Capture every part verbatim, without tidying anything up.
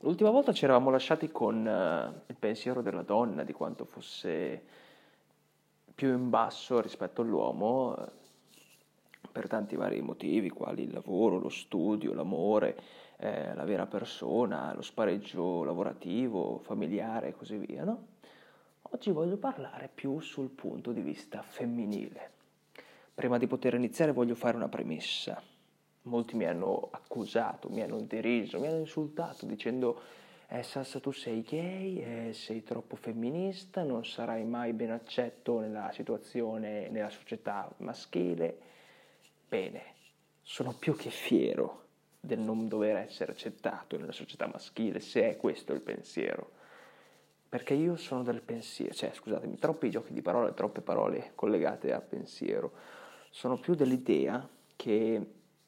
L'ultima volta ci eravamo lasciati con eh, il pensiero della donna, di quanto fosse più in basso rispetto all'uomo, eh, per tanti vari motivi, quali il lavoro, lo studio, l'amore, eh, la vera persona, lo spareggio lavorativo, familiare e così via, no? Oggi voglio parlare più sul punto di vista femminile. Prima di poter iniziare voglio fare una premessa. Molti mi hanno accusato, mi hanno deriso, mi hanno insultato dicendo eh, Sassa, tu sei gay, eh, sei troppo femminista, non sarai mai ben accetto nella situazione, nella società maschile. Bene, sono più che fiero del non dover essere accettato nella società maschile, se è questo il pensiero. Perché io sono del pensiero, cioè scusatemi, troppi giochi di parole, troppe parole collegate al pensiero. Sono più dell'idea che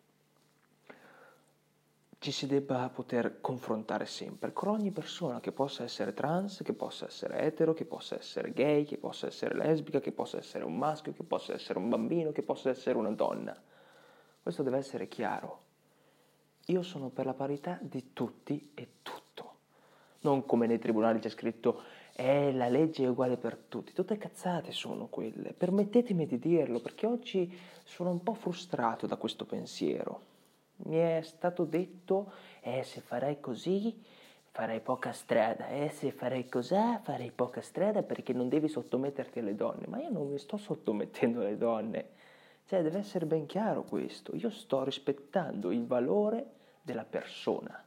ci si debba poter confrontare sempre con ogni persona, che possa essere trans, che possa essere etero, che possa essere gay, che possa essere lesbica, che possa essere un maschio, che possa essere un bambino, che possa essere una donna. Questo deve essere chiaro. Io sono per la parità di tutti e tutto. Non come nei tribunali c'è scritto eh, la legge è uguale per tutti. Tutte cazzate sono quelle. Permettetemi di dirlo, perché oggi sono un po' frustrato da questo pensiero. Mi è stato detto, eh, se farai così farai poca strada, eh, se farai così farai poca strada perché non devi sottometterti alle donne. Ma io non mi sto sottomettendo alle donne. Cioè, deve essere ben chiaro questo. Io sto rispettando il valore della persona.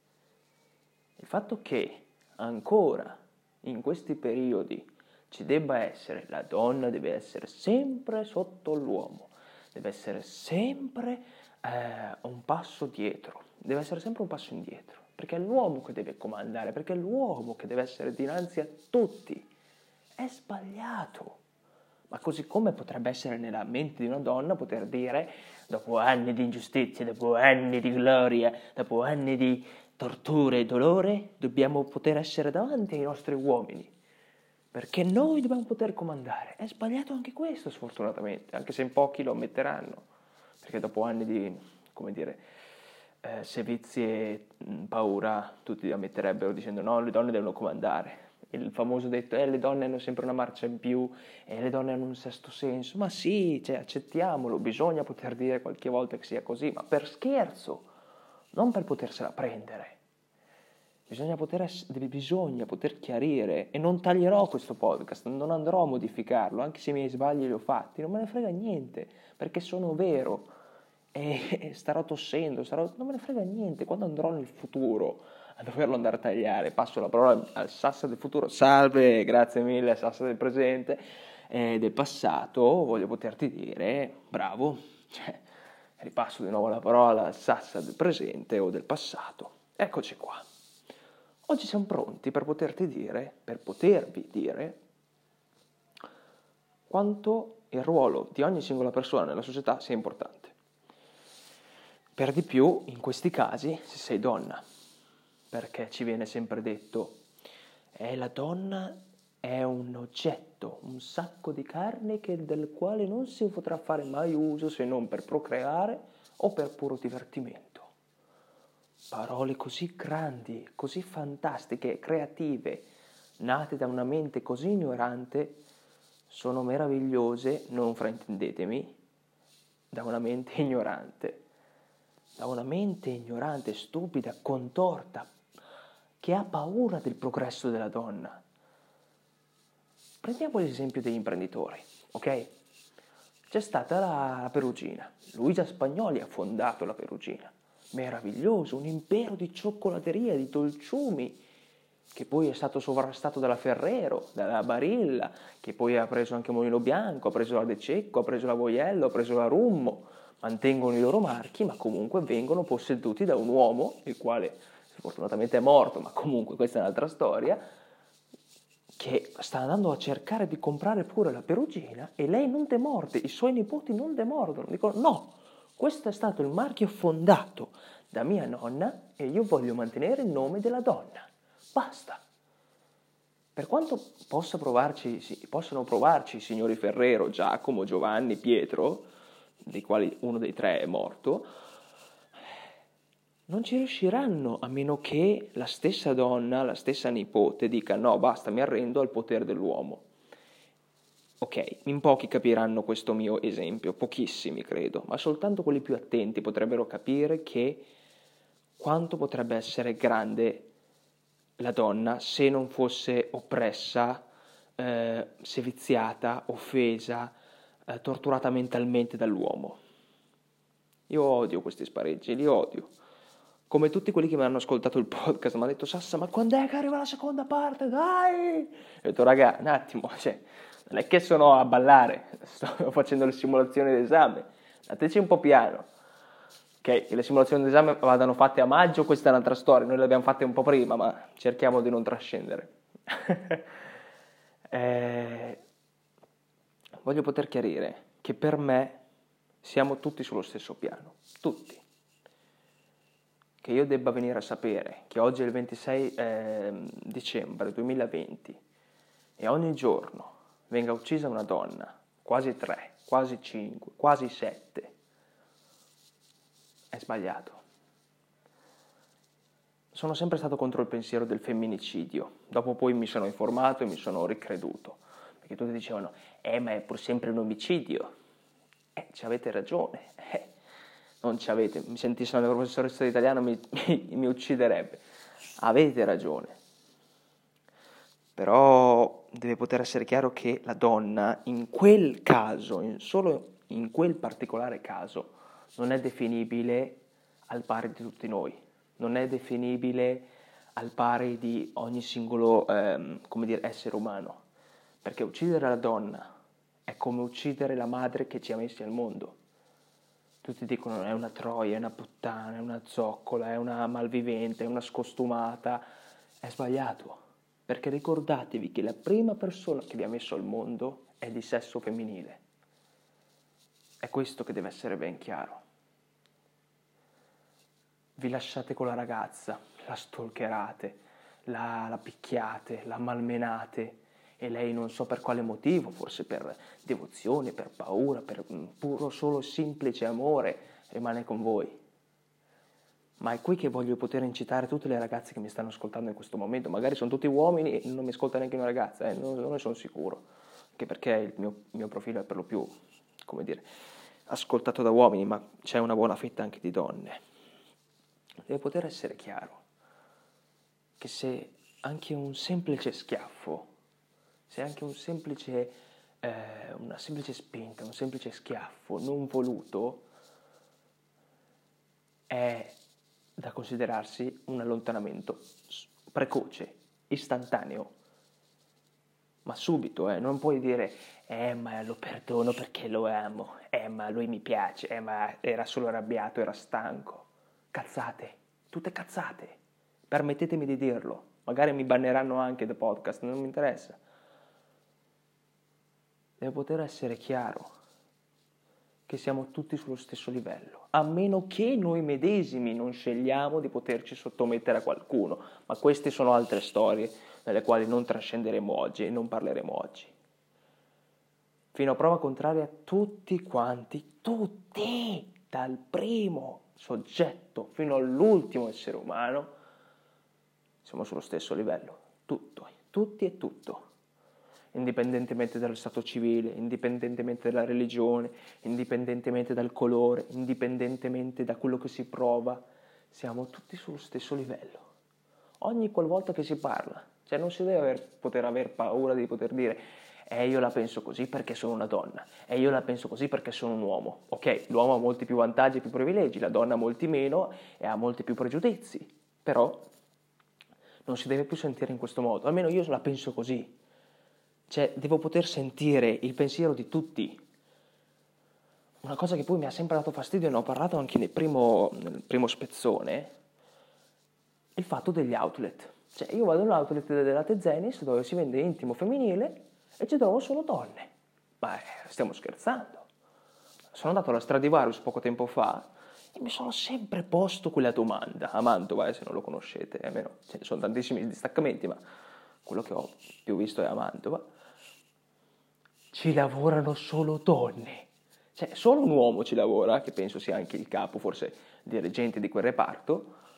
Il fatto che ancora in questi periodi ci debba essere, la donna deve essere sempre sotto l'uomo, deve essere sempre eh, un passo dietro, deve essere sempre un passo indietro, perché è l'uomo che deve comandare, perché è l'uomo che deve essere dinanzi a tutti. È sbagliato. Ma così come potrebbe essere nella mente di una donna poter dire, dopo anni di ingiustizia, dopo anni di gloria, dopo anni di torture e dolore, dobbiamo poter essere davanti ai nostri uomini, perché noi dobbiamo poter comandare. È sbagliato anche questo, sfortunatamente, anche se in pochi lo ammetteranno, perché dopo anni di, come dire, eh, sevizie e paura, tutti ammetterebbero dicendo no, le donne devono comandare. Il famoso detto, eh, le donne hanno sempre una marcia in più, e eh, le donne hanno un sesto senso. Ma sì, cioè, accettiamolo, bisogna poter dire qualche volta che sia così, ma per scherzo, non per potersela prendere. Bisogna poter, essere, bisogna poter chiarire, e non taglierò questo podcast, non andrò a modificarlo, anche se i miei sbagli li ho fatti, non me ne frega niente, perché sono vero, e starò tossendo, starò, non me ne frega niente. Quando andrò nel futuro a doverlo andare a tagliare, passo la parola al Sassa del futuro, salve, grazie mille Sassa del presente e del passato, voglio poterti dire, bravo, cioè, ripasso di nuovo la parola al Sassa del presente o del passato, eccoci qua. Oggi siamo pronti per poterti dire, per potervi dire, quanto il ruolo di ogni singola persona nella società sia importante. Per di più, in questi casi, se sei donna, perché ci viene sempre detto, eh, la donna è un oggetto, un sacco di carne che, del quale non si potrà fare mai uso se non per procreare o per puro divertimento. Parole così grandi, così fantastiche, creative, nate da una mente così ignorante, sono meravigliose, non fraintendetemi, da una mente ignorante. Da una mente ignorante, stupida, contorta, che ha paura del progresso della donna. Prendiamo l'esempio degli imprenditori, ok? C'è stata la Perugina, Luisa Spagnoli ha fondato la Perugina, meraviglioso, un impero di cioccolateria, di dolciumi, che poi è stato sovrastato dalla Ferrero, dalla Barilla, che poi ha preso anche Molino Bianco, ha preso la De Cecco, ha preso la Voiello, ha preso la Rummo, mantengono i loro marchi, ma comunque vengono posseduti da un uomo, il quale sfortunatamente è morto, ma comunque questa è un'altra storia, che sta andando a cercare di comprare pure la Perugina e lei non demorde, i suoi nipoti non demordono, dicono no, questo è stato il marchio fondato da mia nonna e io voglio mantenere il nome della donna, basta. Per quanto possa provarci, sì, possano provarci i signori Ferrero, Giacomo, Giovanni, Pietro, dei quali uno dei tre è morto, non ci riusciranno a meno che la stessa donna, la stessa nipote dica no, basta, mi arrendo al potere dell'uomo. Ok, in pochi capiranno questo mio esempio, pochissimi credo, ma soltanto quelli più attenti potrebbero capire che quanto potrebbe essere grande la donna se non fosse oppressa, eh, seviziata, offesa, eh, torturata mentalmente dall'uomo. Io odio questi spareggi, li odio. Come tutti quelli che mi hanno ascoltato il podcast, mi hanno detto Sassa, ma quando è che arriva la seconda parte? Dai! Ho detto raga, un attimo, cioè, non è che sono a ballare, sto facendo le simulazioni d'esame, andateci un po' piano. Ok, che le simulazioni d'esame vadano fatte a maggio, questa è un'altra storia, noi le abbiamo fatte un po' prima, ma cerchiamo di non trascendere. eh, voglio poter chiarire che per me siamo tutti sullo stesso piano, tutti. Che io debba venire a sapere che oggi è il ventisei eh, dicembre duemilaventi e ogni giorno venga uccisa una donna, quasi tre, quasi cinque, quasi sette, è sbagliato. Sono sempre stato contro il pensiero del femminicidio, dopo poi mi sono informato e mi sono ricreduto, perché tutti dicevano, eh ma è pur sempre un omicidio, eh ci avete ragione, eh. Non ci avete, mi sentisse la mia professoressa di italiano mi, mi, mi ucciderebbe. Avete ragione. Però deve poter essere chiaro che la donna in quel caso, in solo in quel particolare caso, non è definibile al pari di tutti noi. Non è definibile al pari di ogni singolo ehm, come dire, essere umano. Perché uccidere la donna è come uccidere la madre che ci ha messi al mondo. Tutti dicono è una troia, è una puttana, è una zoccola, è una malvivente, è una scostumata. È sbagliato, perché ricordatevi che la prima persona che vi ha messo al mondo è di sesso femminile. È questo che deve essere ben chiaro. Vi lasciate con la ragazza, la stalkerate, la, la picchiate, la malmenate, e lei non so per quale motivo, forse per devozione, per paura, per puro solo semplice amore, rimane con voi. Ma è qui che voglio poter incitare tutte le ragazze che mi stanno ascoltando in questo momento, magari sono tutti uomini e non mi ascolta neanche una ragazza, eh? non, non ne sono sicuro, anche perché il mio, il mio profilo è per lo più, come dire, ascoltato da uomini, ma c'è una buona fetta anche di donne. Deve poter essere chiaro che se anche un semplice schiaffo, se anche un semplice, eh, una semplice spinta, un semplice schiaffo non voluto è da considerarsi un allontanamento precoce, istantaneo, ma subito, eh, non puoi dire eh ma lo perdono perché lo amo, eh ma lui mi piace, eh ma era solo arrabbiato, era stanco. Cazzate, tutte cazzate, permettetemi di dirlo, magari mi banneranno anche da podcast, non mi interessa. Deve poter essere chiaro che siamo tutti sullo stesso livello, a meno che noi medesimi non scegliamo di poterci sottomettere a qualcuno, ma queste sono altre storie nelle quali non trascenderemo oggi e non parleremo oggi. Fino a prova contraria, tutti quanti, tutti, dal primo soggetto fino all'ultimo essere umano, siamo sullo stesso livello, tutto, tutti e tutto. Indipendentemente dallo stato civile, indipendentemente dalla religione, indipendentemente dal colore, indipendentemente da quello che si prova, siamo tutti sullo stesso livello. Ogni qualvolta che si parla, cioè non si deve aver, poter aver paura di poter dire eh io la penso così perché sono una donna, e eh, io la penso così perché sono un uomo. Ok, l'uomo ha molti più vantaggi e più privilegi, la donna ha molti meno e ha molti più pregiudizi, però non si deve più sentire in questo modo, almeno io la penso così. Cioè, devo poter sentire il pensiero di tutti. Una cosa che poi mi ha sempre dato fastidio, e ne ho parlato anche nel primo, nel primo spezzone, è il fatto degli outlet. Cioè, io vado all'outlet della Tezenis, dove si vende intimo femminile, e ci trovo solo donne. Ma eh, stiamo scherzando. Sono andato alla Stradivarius poco tempo fa, e mi sono sempre posto quella domanda. A Mantova, eh, se non lo conoscete, almeno ce ne sono tantissimi distaccamenti, ma quello che ho più visto è a Mantova. Ci lavorano solo donne. Cioè, solo un uomo ci lavora, che penso sia anche il capo, forse dirigente di quel reparto,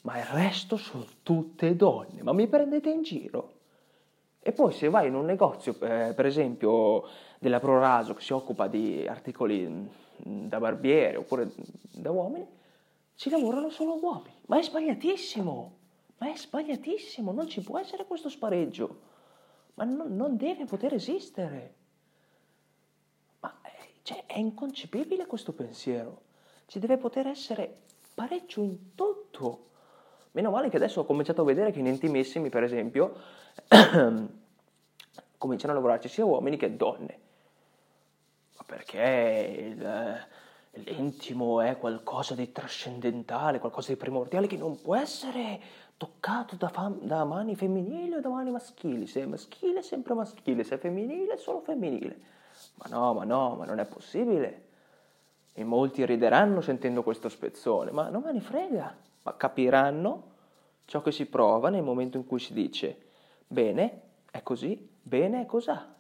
ma il resto sono tutte donne, ma mi prendete in giro? E poi se vai in un negozio, eh, per esempio della Proraso, che si occupa di articoli mh, da barbiere oppure da uomini, ci lavorano solo uomini. Ma è sbagliatissimo, ma è sbagliatissimo, non ci può essere questo spareggio, ma non, non deve poter esistere. Ma eh, cioè, è inconcepibile questo pensiero, ci deve poter essere pareggio in tutto. Meno male che adesso ho cominciato a vedere che in Intimissimi, per esempio, cominciano a lavorarci sia uomini che donne. Ma perché il, l'intimo è qualcosa di trascendentale, qualcosa di primordiale che non può essere toccato da, fam- da mani femminili o da mani maschili. Se è maschile è sempre maschile, se è femminile è solo femminile. Ma no, ma no, ma non è possibile. E molti rideranno sentendo questo spezzone, ma non me ne frega. Ma capiranno ciò che si prova nel momento in cui si dice bene, è così, bene, è cos'ha.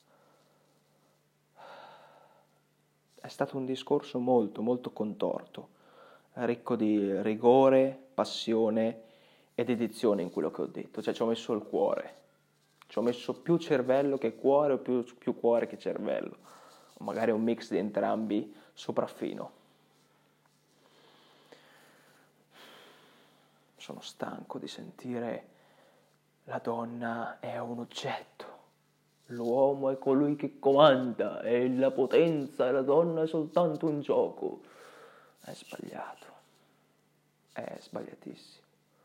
È stato un discorso molto, molto contorto, ricco di rigore, passione e dedizione in quello che ho detto. Cioè ci ho messo il cuore, ci ho messo più cervello che cuore o più, più cuore che cervello. O magari un mix di entrambi sopraffino. Sono stanco di sentire la donna è un oggetto, l'uomo è colui che comanda, è la potenza, e la donna è soltanto un gioco. È sbagliato, è sbagliatissimo.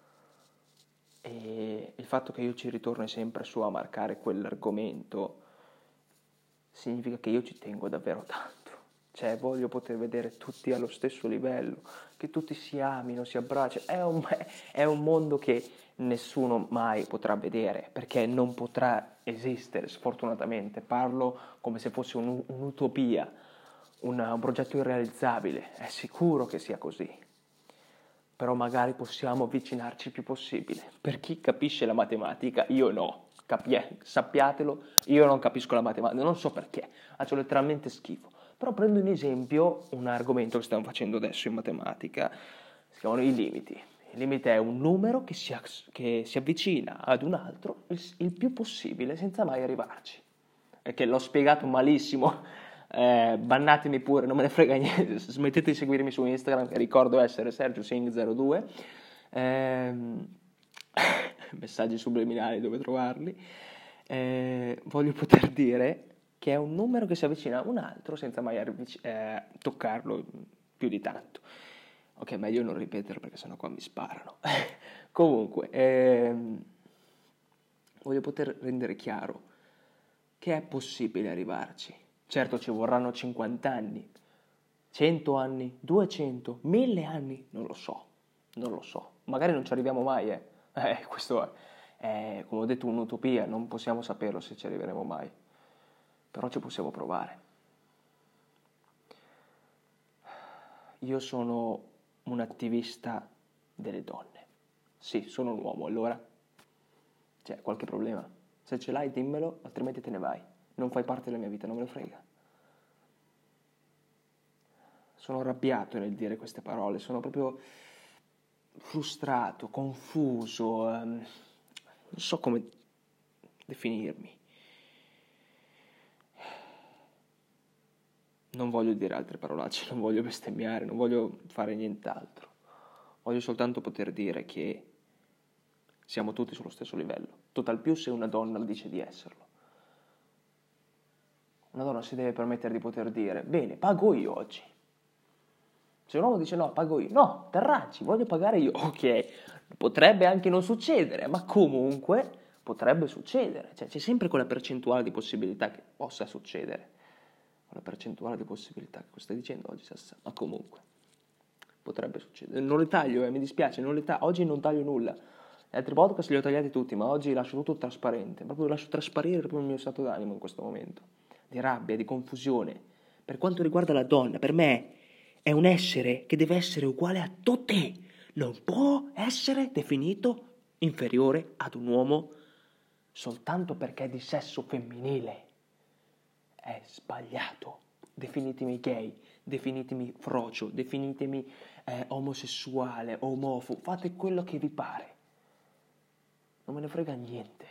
E il fatto che io ci ritorni sempre su a marcare quell'argomento significa che io ci tengo davvero tanto. Cioè voglio poter vedere tutti allo stesso livello, che tutti si amino, si abbracciano. È un, è un mondo che nessuno mai potrà vedere, perché non potrà esistere, sfortunatamente. Parlo come se fosse un, un'utopia, un, un progetto irrealizzabile. È sicuro che sia così. Però magari possiamo avvicinarci il più possibile. Per chi capisce la matematica, io no. Capie, sappiatelo, io non capisco la matematica, non so perché, faccio letteralmente schifo. Però prendo un esempio, un argomento che stiamo facendo adesso in matematica, si chiamano i limiti. Il limite è un numero che si, che si avvicina ad un altro il, il più possibile senza mai arrivarci. E che l'ho spiegato malissimo, eh, bannatemi pure, non me ne frega niente, smettete di seguirmi su Instagram, che ricordo essere Sergio Singh zero due. Ehm... messaggi subliminali dove trovarli, eh, voglio poter dire che è un numero che si avvicina a un altro senza mai avvic- eh, toccarlo più di tanto. Ok, meglio non ripeterlo perché sennò qua mi sparano. Comunque, ehm, voglio poter rendere chiaro che è possibile arrivarci. Certo ci vorranno cinquanta anni, cento anni, duecento, mille anni, non lo so, non lo so. Magari non ci arriviamo mai, eh. Eh, questo è, è, come ho detto, un'utopia, non possiamo saperlo se ci arriveremo mai, però ci possiamo provare. Io sono un attivista delle donne. Sì, sono un uomo, allora c'è qualche problema? Se ce l'hai dimmelo, altrimenti te ne vai. Non fai parte della mia vita, non me ne frega. Sono arrabbiato nel dire queste parole, sono proprio frustrato, confuso, ehm, non so come definirmi. Non voglio dire altre parolacce, non voglio bestemmiare, non voglio fare nient'altro. Voglio soltanto poter dire che siamo tutti sullo stesso livello, tutt'al più se una donna dice di esserlo. Una donna si deve permettere di poter dire, bene, pago io oggi. Se un uomo dice no, pago io, no, terracci, voglio pagare io, ok, potrebbe anche non succedere, ma comunque potrebbe succedere, cioè c'è sempre quella percentuale di possibilità che possa succedere, quella percentuale di possibilità che stai dicendo oggi, ma comunque potrebbe succedere. Non le taglio, eh, mi dispiace, non le taglio, oggi non taglio nulla, gli altri podcast li ho tagliati tutti, ma oggi lascio tutto trasparente, proprio lascio trasparire proprio il mio stato d'animo in questo momento, di rabbia, di confusione. Per quanto riguarda la donna, per me è un essere che deve essere uguale a tutti, non può essere definito inferiore ad un uomo soltanto perché è di sesso femminile. È sbagliato. Definitemi gay, definitemi frocio, definitemi è omosessuale, omofobo, fate quello che vi pare. Non me ne frega niente.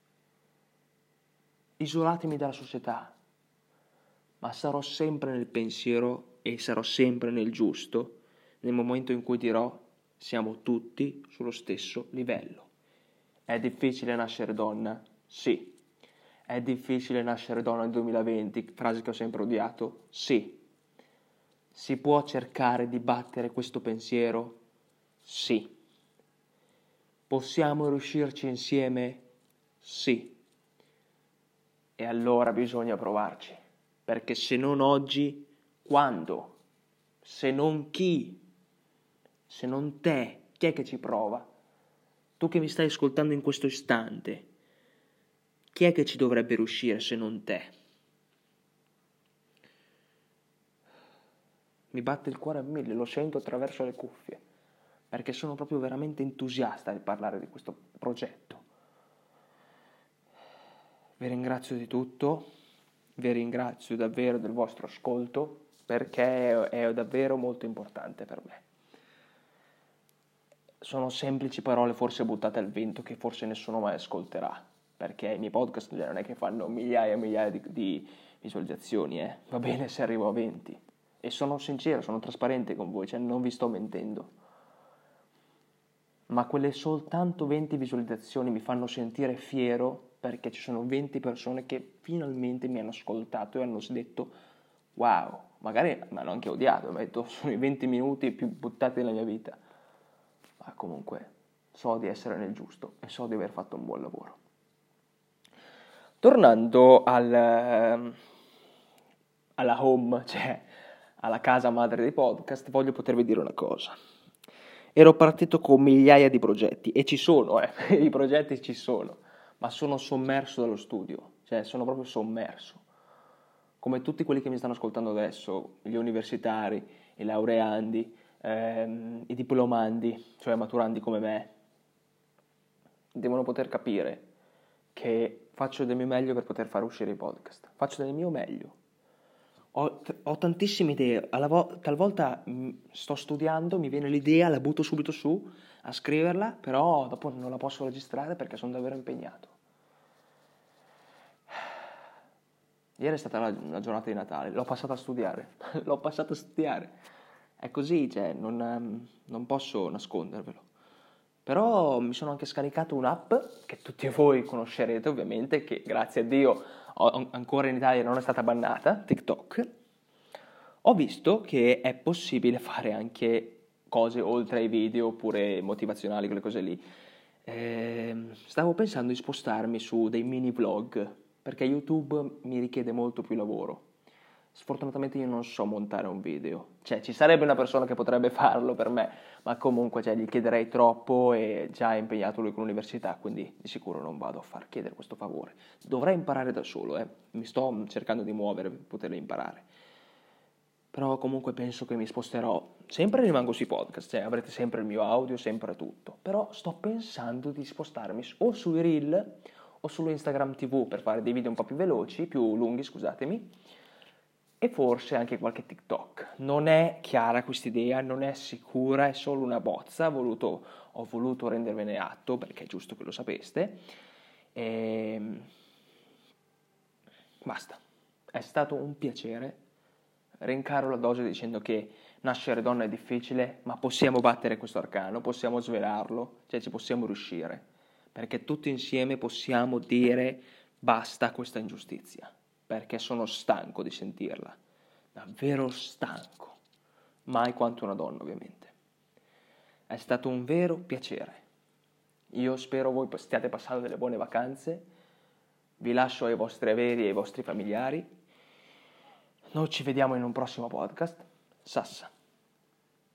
Isolatemi dalla società, ma sarò sempre nel pensiero e sarò sempre nel giusto nel momento in cui dirò siamo tutti sullo stesso livello. È difficile nascere donna? Sì. È difficile nascere donna nel duemilaventi, frase che ho sempre odiato? Sì. Si può cercare di battere questo pensiero? Sì. Possiamo riuscirci insieme? Sì. E allora bisogna provarci, perché se non oggi, quando? Se non chi? Se non te, chi è che ci prova? Tu che mi stai ascoltando in questo istante, chi è che ci dovrebbe riuscire se non te? Mi batte il cuore a mille, lo sento attraverso le cuffie, perché sono proprio veramente entusiasta di parlare di questo progetto. Vi ringrazio di tutto, vi ringrazio davvero del vostro ascolto, perché è davvero molto importante per me. Sono semplici parole forse buttate al vento che forse nessuno mai ascolterà, perché i miei podcast non è che fanno migliaia e migliaia di, di visualizzazioni, eh. Va bene se arrivo a venti. E sono sincero, sono trasparente con voi, cioè non vi sto mentendo. Ma quelle soltanto venti visualizzazioni mi fanno sentire fiero, perché ci sono venti persone che finalmente mi hanno ascoltato e hanno detto wow, magari mi hanno anche odiato, mi hanno detto sono i venti minuti più buttati nella mia vita. Ma comunque so di essere nel giusto e so di aver fatto un buon lavoro. Tornando al, alla home, cioè alla casa madre dei podcast, voglio potervi dire una cosa. Ero partito con migliaia di progetti, e ci sono, eh, i progetti ci sono, ma sono sommerso dallo studio, cioè sono proprio sommerso. Come tutti quelli che mi stanno ascoltando adesso, gli universitari, i laureandi, ehm, i diplomandi, cioè maturandi come me, devono poter capire che faccio del mio meglio per poter fare uscire i podcast. Faccio del mio meglio. Ho, ho tantissime idee, alla vo- talvolta mh, sto studiando, mi viene l'idea, la butto subito su a scriverla, però dopo non la posso registrare perché sono davvero impegnato. Ieri è stata la, la giornata di Natale, l'ho passata a studiare, l'ho passata a studiare. È così, cioè, non, ehm, non posso nascondervelo. Però mi sono anche scaricato un'app che tutti voi conoscerete ovviamente, che grazie a Dio ho, ancora in Italia non è stata bannata, TikTok. Ho visto che è possibile fare anche cose oltre ai video oppure motivazionali, quelle cose lì. Eh, stavo pensando di spostarmi su dei mini vlog, perché YouTube mi richiede molto più lavoro. Sfortunatamente io non so montare un video, cioè ci sarebbe una persona che potrebbe farlo per me, ma comunque cioè, gli chiederei troppo e già è impegnato lui con l'università, quindi di sicuro non vado a far chiedere questo favore. Dovrei imparare da solo, eh. Mi sto cercando di muovere per poterlo imparare. Però comunque penso che mi sposterò, sempre rimango sui podcast, cioè avrete sempre il mio audio, sempre tutto, però sto pensando di spostarmi o sui Reel o su Instagram T V per fare dei video un po' più veloci, più lunghi, scusatemi, e forse anche qualche TikTok. Non è chiara quest'idea, non è sicura, è solo una bozza, ho voluto, ho voluto rendervene atto perché è giusto che lo sapeste. E basta, è stato un piacere. Rincaro la dose dicendo che nascere donna è difficile, ma possiamo battere questo arcano, possiamo svelarlo, cioè ci possiamo riuscire, perché tutti insieme possiamo dire basta a questa ingiustizia, perché sono stanco di sentirla, davvero stanco, mai quanto una donna ovviamente. È stato un vero piacere, io spero voi stiate passando delle buone vacanze, vi lascio ai vostri averi e ai vostri familiari. Noi ci vediamo in un prossimo podcast. Sassa.